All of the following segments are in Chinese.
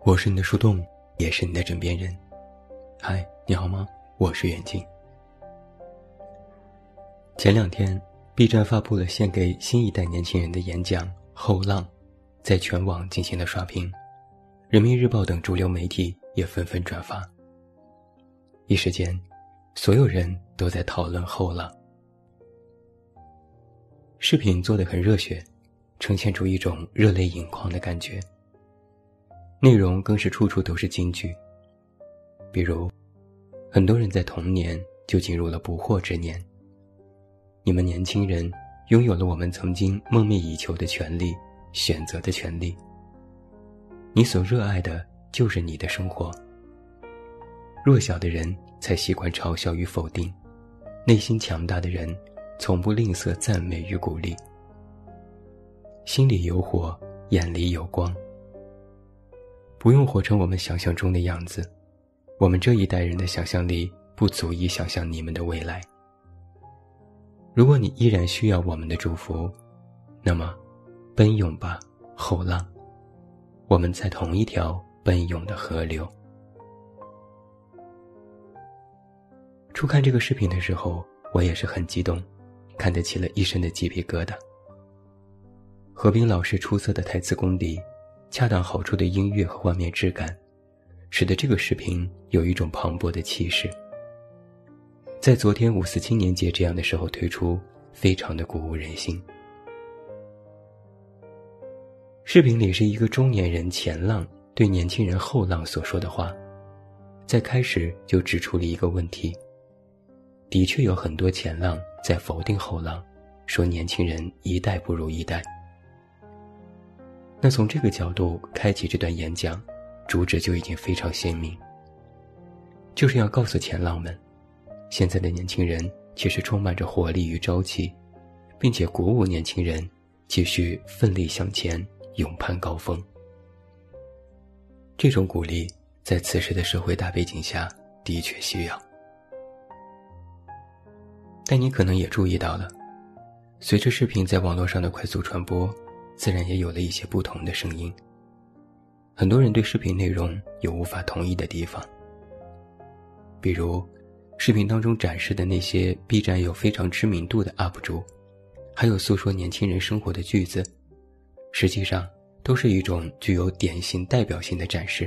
我是你的树洞，也是你的枕边人。嗨，你好吗？我是远近。前2天 B 站发布了献给新一代年轻人的演讲《后浪》，在全网进行了刷屏，人民日报等主流媒体也纷纷转发。一时间，所有人都在讨论后浪。视频做得很热血，呈现出一种热泪盈眶的感觉。内容更是处处都是金句，比如很多人在童年就进入了不惑之年，你们年轻人拥有了我们曾经梦寐以求的权利，选择的权利。你所热爱的就是你的生活。弱小的人才习惯嘲笑与否定，内心强大的人从不吝啬赞美与鼓励。心里有火，眼里有光。不用活成我们想象中的样子，我们这一代人的想象力不足以想象你们的未来。如果你依然需要我们的祝福，那么奔涌吧，后浪，我们在同一条奔涌的河流。初看这个视频的时候，我也是很激动，看得起了一身的鸡皮疙瘩。何冰老师出色的台词功底，恰当好处的音乐和画面质感，使得这个视频有一种磅礴的气势。在昨天5·4青年节这样的时候推出，非常的鼓舞人心。视频里是一个中年人前浪对年轻人后浪所说的话，在开始就指出了一个问题。的确有很多前浪在否定后浪，说年轻人一代不如一代。那从这个角度开启这段演讲，主旨就已经非常鲜明，就是要告诉前浪们，现在的年轻人其实充满着活力与朝气，并且鼓舞年轻人继续奋力向前，勇攀高峰。这种鼓励在此时的社会大背景下的确需要。但你可能也注意到了，随着视频在网络上的快速传播，自然也有了一些不同的声音。很多人对视频内容有无法同意的地方，比如视频当中展示的那些 B 站有非常知名度的 UP 主，还有诉说年轻人生活的句子，实际上都是一种具有典型代表性的展示。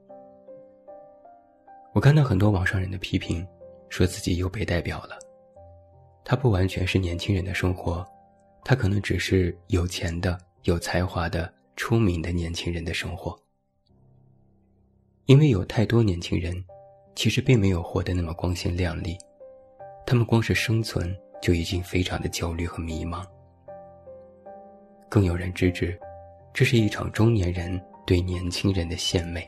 我看到很多网上人的批评，说自己又被代表了。它不完全是年轻人的生活，它可能只是有钱的、有才华的、出名的年轻人的生活。因为有太多年轻人其实并没有活得那么光鲜亮丽，他们光是生存就已经非常的焦虑和迷茫。更有人直指，这是一场中年人对年轻人的献媚。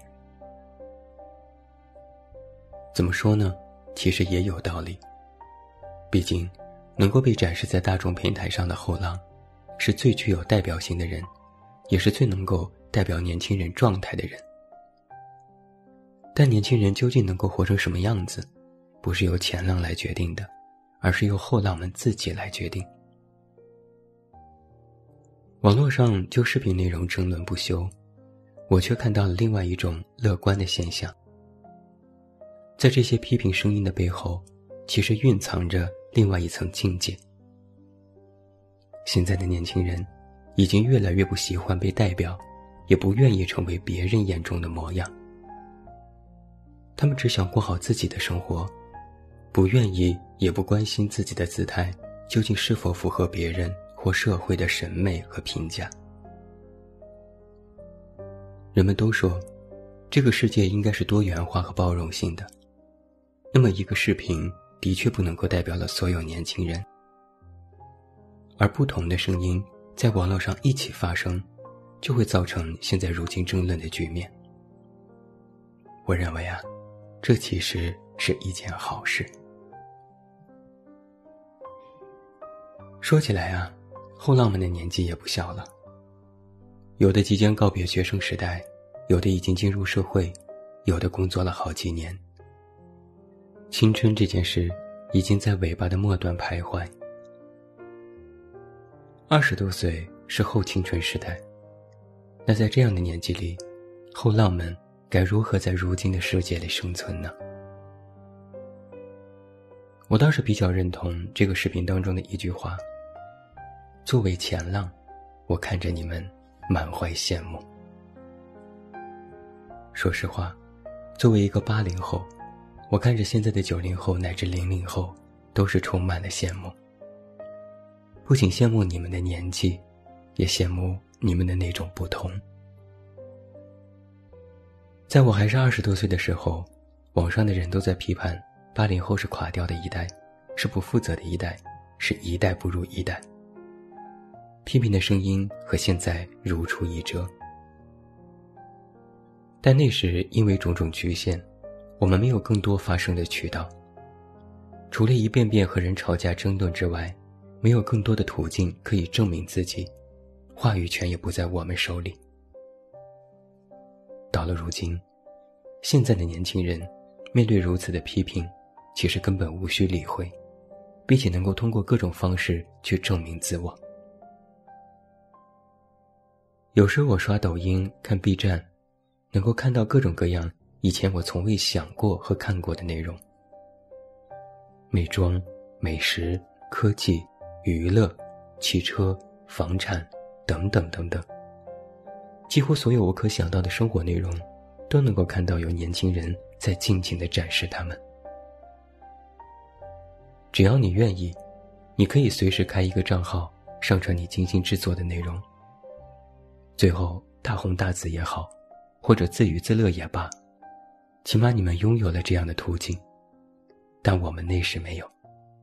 怎么说呢？其实也有道理。毕竟能够被展示在大众平台上的后浪，是最具有代表性的人，也是最能够代表年轻人状态的人。但年轻人究竟能够活成什么样子，不是由前浪来决定的，而是由后浪们自己来决定。网络上就视频内容争论不休，我却看到了另外一种乐观的现象。在这些批评声音的背后，其实蕴藏着另外一层境界。现在的年轻人已经越来越不喜欢被代表，也不愿意成为别人眼中的模样。他们只想过好自己的生活，不愿意也不关心自己的姿态究竟是否符合别人或社会的审美和评价。人们都说，这个世界应该是多元化和包容性的。那么一个视频的确不能够代表了所有年轻人，而不同的声音在网络上一起发生，就会造成现在如今争论的局面。我认为这其实是一件好事。说起来后浪们的年纪也不小了，有的即将告别学生时代，有的已经进入社会，有的工作了好几年。青春这件事已经在尾巴的末端徘徊。20多岁是后青春时代，那在这样的年纪里，后浪们该如何在如今的世界里生存呢？我倒是比较认同这个视频当中的一句话：作为前浪，我看着你们满怀羡慕。说实话，作为一个80后，我看着现在的90后乃至00后，都是充满了羡慕。不仅羡慕你们的年纪，也羡慕你们的那种不同。在我还是20多岁的时候，网上的人都在批判80后是垮掉的一代，是不负责的一代，是一代不如一代。批评的声音和现在如出一辙。但那时因为种种局限，我们没有更多发声的渠道，除了一遍遍和人吵架争论之外，没有更多的途径可以证明自己，话语权也不在我们手里。到了如今，现在的年轻人面对如此的批评，其实根本无需理会，并且能够通过各种方式去证明自我。有时我刷抖音看 B 站，能够看到各种各样以前我从未想过和看过的内容。美妆、美食、科技、娱乐、汽车、房产等等等等，几乎所有我可想到的生活内容，都能够看到有年轻人在尽情地展示它们。只要你愿意，你可以随时开一个账号，上传你精心制作的内容，最后大红大紫也好，或者自娱自乐也罢，起码你们拥有了这样的途径，但我们那时没有。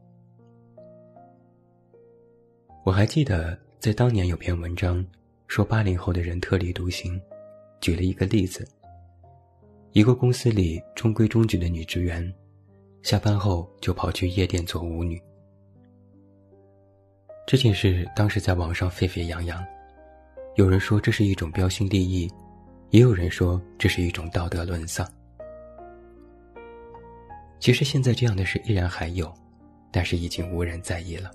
我还记得在当年有篇文章说80后的人特立独行，举了一个例子。一个公司里中规中矩的女职员，下班后就跑去夜店做舞女。这件事当时在网上沸沸扬扬，有人说这是一种标新立异，也有人说这是一种道德沦丧。其实现在这样的事依然还有，但是已经无人在意了。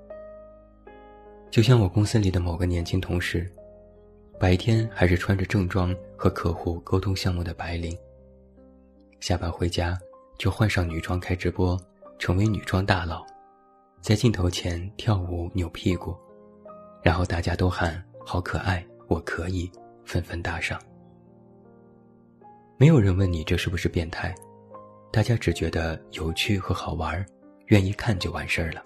就像我公司里的某个年轻同事，白天还是穿着正装和客户沟通项目的白领，下班回家就换上女装开直播，成为女装大佬，在镜头前跳舞扭屁股，然后大家都喊好可爱，我可以，纷纷打赏。没有人问你这是不是变态，大家只觉得有趣和好玩，愿意看就完事儿了。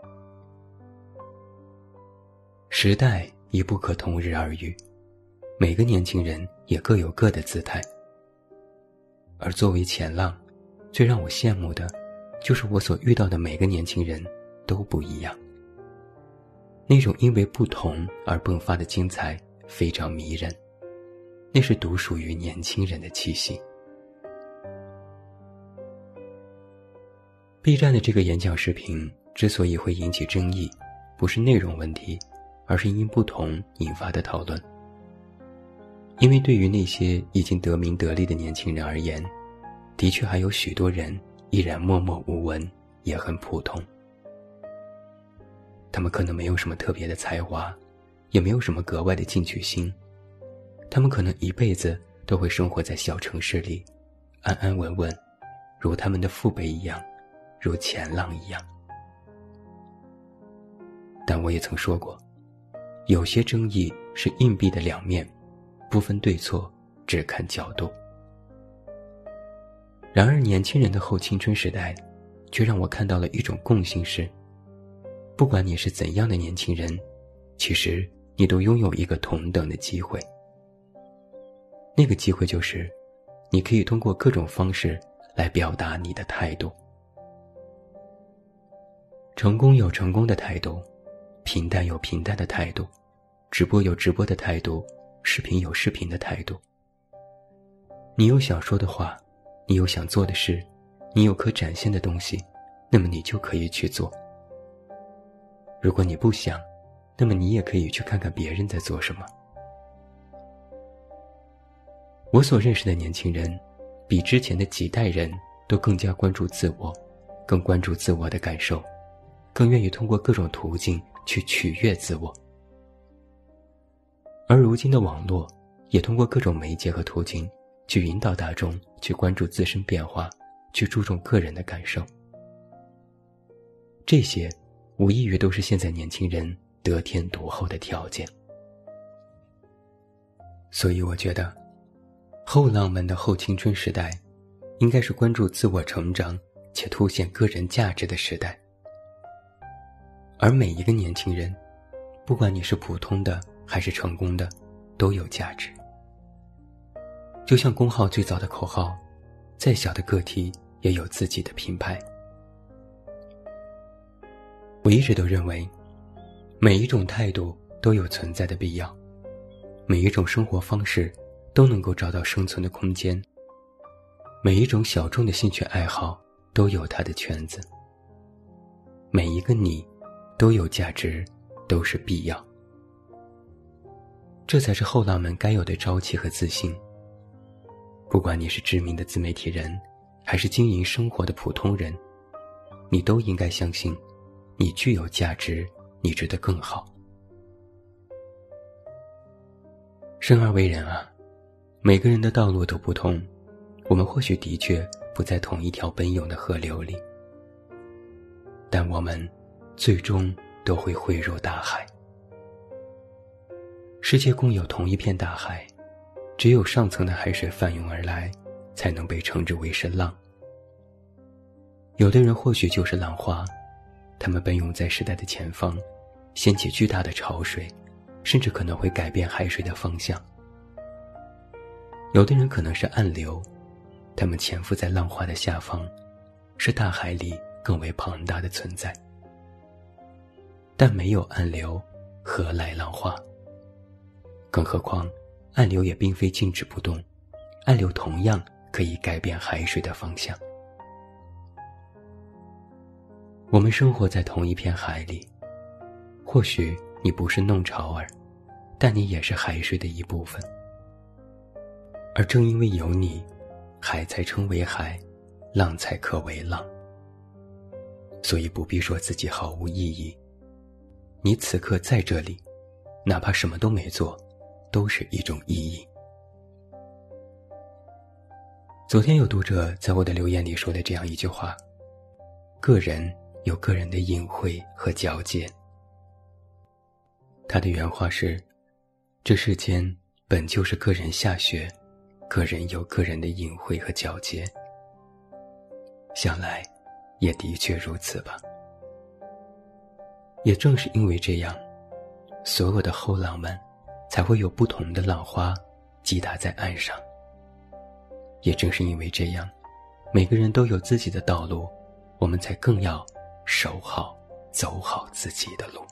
时代已不可同日而语，每个年轻人也各有各的姿态。而作为前浪，最让我羡慕的，就是我所遇到的每个年轻人都不一样。那种因为不同而迸发的精彩非常迷人，那是独属于年轻人的气息。B 站的这个演讲视频之所以会引起争议，不是内容问题，而是因不同引发的讨论。因为对于那些已经得名得利的年轻人而言，的确还有许多人依然默默无闻，也很普通。他们可能没有什么特别的才华，也没有什么格外的进取心，他们可能一辈子都会生活在小城市里，安安稳稳，如他们的父辈一样，如前浪一样。但我也曾说过，有些争议是硬币的两面，不分对错，只看角度。然而年轻人的后青春时代，却让我看到了一种共性是，不管你是怎样的年轻人，其实你都拥有一个同等的机会。那个机会就是，你可以通过各种方式来表达你的态度。成功有成功的态度，平淡有平淡的态度，直播有直播的态度，视频有视频的态度。你有想说的话，你有想做的事，你有可展现的东西，那么你就可以去做。如果你不想，那么你也可以去看看别人在做什么。我所认识的年轻人，比之前的几代人都更加关注自我，更关注自我的感受，更愿意通过各种途径去取悦自我。而如今的网络，也通过各种媒介和途径， 去引导大众去关注自身变化，去注重个人的感受。这些无异于都是现在年轻人得天独厚的条件。所以我觉得后浪漫的后青春时代应该是关注自我成长且凸显个人价值的时代。而每一个年轻人，不管你是普通的还是成功的，都有价值。就像公号最早的口号，再小的个体也有自己的品牌。我一直都认为，每一种态度都有存在的必要，每一种生活方式都能够找到生存的空间，每一种小众的兴趣爱好都有它的圈子，每一个你都有价值，都是必要。这才是后浪们该有的朝气和自信。不管你是知名的自媒体人，还是经营生活的普通人，你都应该相信，你具有价值，你值得更好。生而为人啊，每个人的道路都不同，我们或许的确不在同一条奔涌的河流里，但我们最终都会汇入大海。世界共有同一片大海，只有上层的海水泛涌而来，才能被称之为是浪。有的人或许就是浪花，他们奔涌在时代的前方，掀起巨大的潮水，甚至可能会改变海水的方向。有的人可能是暗流，他们潜伏在浪花的下方，是大海里更为庞大的存在。但没有暗流，何来浪花？更何况暗流也并非静止不动，暗流同样可以改变海水的方向。我们生活在同一片海里，或许你不是弄潮儿，但你也是海水的一部分。而正因为有你，海才称为海，浪才可为浪。所以不必说自己毫无意义，你此刻在这里，哪怕什么都没做，都是一种意义。昨天有读者在我的留言里说了这样一句话：个人有个人的隐晦和皎洁。他的原话是：这世间本就是个人下雪，个人有个人的隐晦和皎洁。想来也的确如此吧。也正是因为这样，所有的后浪们才会有不同的浪花击打在岸上。也正是因为这样，每个人都有自己的道路，我们才更要守好走好自己的路。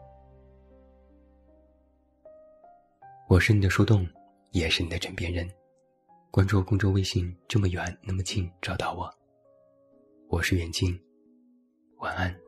我是你的树洞，也是你的枕边人。关注公众微信，这么远那么近，找到我。我是远近，晚安。